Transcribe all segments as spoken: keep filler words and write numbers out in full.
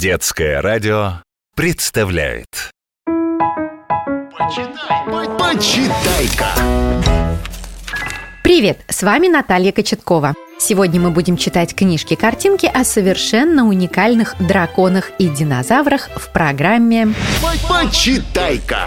Детское радио представляет Почитай, почитай-ка. Привет, с вами Наталья Кочеткова. Сегодня мы будем читать книжки-картинки о совершенно уникальных драконах и динозаврах в программе Почитай-ка.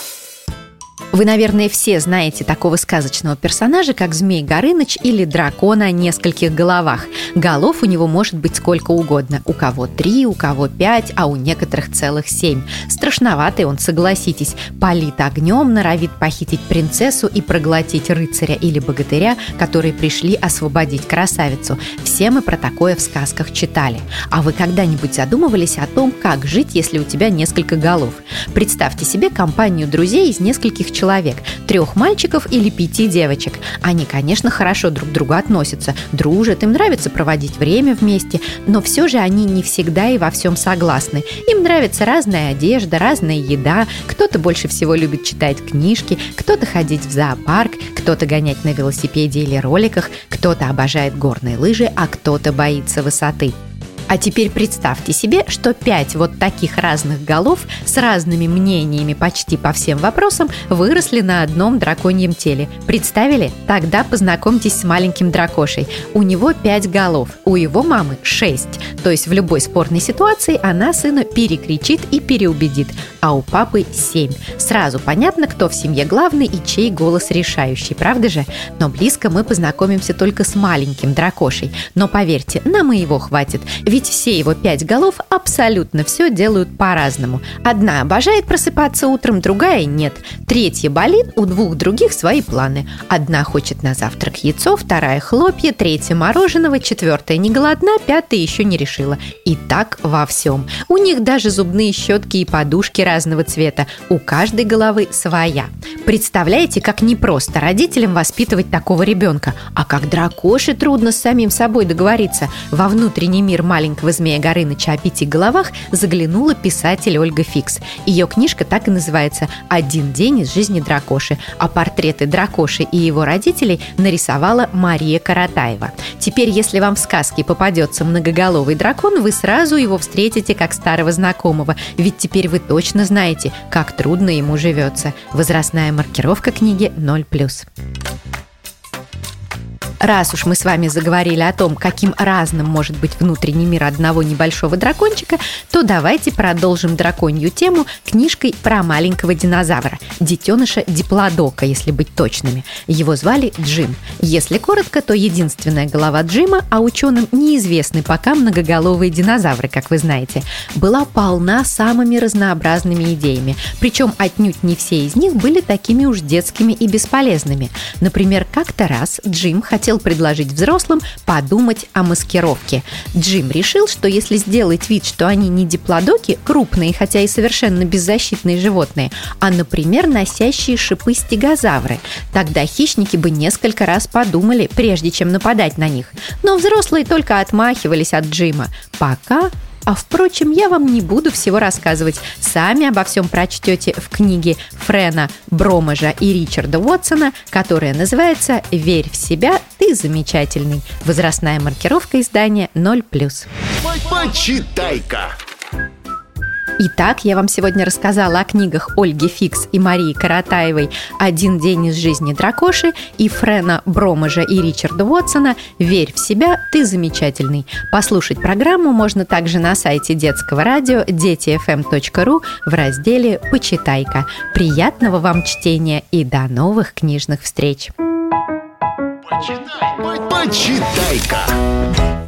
Вы, наверное, все знаете такого сказочного персонажа, как Змей Горыныч или дракон о нескольких головах. Голов у него может быть сколько угодно. У кого три, у кого пять, а у некоторых целых семь. Страшноватый он, согласитесь. Палит огнем, норовит похитить принцессу и проглотить рыцаря или богатыря, которые пришли освободить красавицу. Все мы про такое в сказках читали. А вы когда-нибудь задумывались о том, как жить, если у тебя несколько голов? Представьте себе компанию друзей из нескольких человек, трех мальчиков или пяти девочек. Они, конечно, хорошо друг к другу относятся, дружат, им нравится проводить время вместе, но все же они не всегда и во всем согласны. Им нравится разная одежда, разная еда, кто-то больше всего любит читать книжки, кто-то ходить в зоопарк, кто-то гонять на велосипеде или роликах, кто-то обожает горные лыжи, а кто-то боится высоты. А теперь представьте себе, что пять вот таких разных голов с разными мнениями почти по всем вопросам выросли на одном драконьем теле. Представили? Тогда познакомьтесь с маленьким дракошей. У него пять голов, у его мамы шесть. То есть в любой спорной ситуации она сына перекричит и переубедит, а у папы семь. Сразу понятно, кто в семье главный и чей голос решающий, правда же? Но близко мы познакомимся только с маленьким дракошей. Но поверьте, нам и его хватит. Ведь все его пять голов абсолютно все делают по-разному. Одна обожает просыпаться утром, другая нет. Третья болит, у двух других свои планы. Одна хочет на завтрак яйцо, вторая хлопья, третья мороженого, четвертая не голодна, пятая еще не решила. И так во всем. У них даже зубные щетки и подушки разного цвета. У каждой головы своя. Представляете, как непросто родителям воспитывать такого ребенка. А как дракоше трудно с самим собой договориться. Во внутренний мир маленького маленького Змея Горыныча о пяти головах заглянула писатель Ольга Фикс. Ее книжка так и называется «Один день из жизни дракоши», а портреты дракоши и его родителей нарисовала Мария Каратаева. Теперь, если вам в сказке попадется многоголовый дракон, вы сразу его встретите как старого знакомого, ведь теперь вы точно знаете, как трудно ему живется. Возрастная маркировка книги ноль плюс. Раз уж мы с вами заговорили о том, каким разным может быть внутренний мир одного небольшого дракончика, то давайте продолжим драконью тему книжкой про маленького динозавра, детеныша диплодока, если быть точными. Его звали Джим. Если коротко, то единственная голова Джима, а ученым неизвестны пока многоголовые динозавры, как вы знаете, была полна самыми разнообразными идеями. Причем отнюдь не все из них были такими уж детскими и бесполезными. Например, как-то раз Джим хотел хотел предложить взрослым подумать о маскировке. Джим решил, что если сделать вид, что они не диплодоки, крупные, хотя и совершенно беззащитные животные, а, например, носящие шипы стегозавры, тогда хищники бы несколько раз подумали, прежде чем нападать на них. Но взрослые только отмахивались от Джима. Пока... А, впрочем, я вам не буду всего рассказывать. Сами обо всем прочтете в книге Френа Бромажа и Ричарда Уотсона, которая называется «Верь в себя, ты замечательный». Возрастная маркировка издания ноль плюс. Почитай-ка. Итак, я вам сегодня рассказала о книгах Ольги Фикс и Марии Каратаевой «Один день из жизни дракоши» и Френа Бромажа и Ричарда Уотсона «Верь в себя, ты замечательный». Послушать программу можно также на сайте детского радио дети эф эм точка ру в разделе «Почитай-ка». Приятного вам чтения и до новых книжных встреч! Почитай, почитай-ка.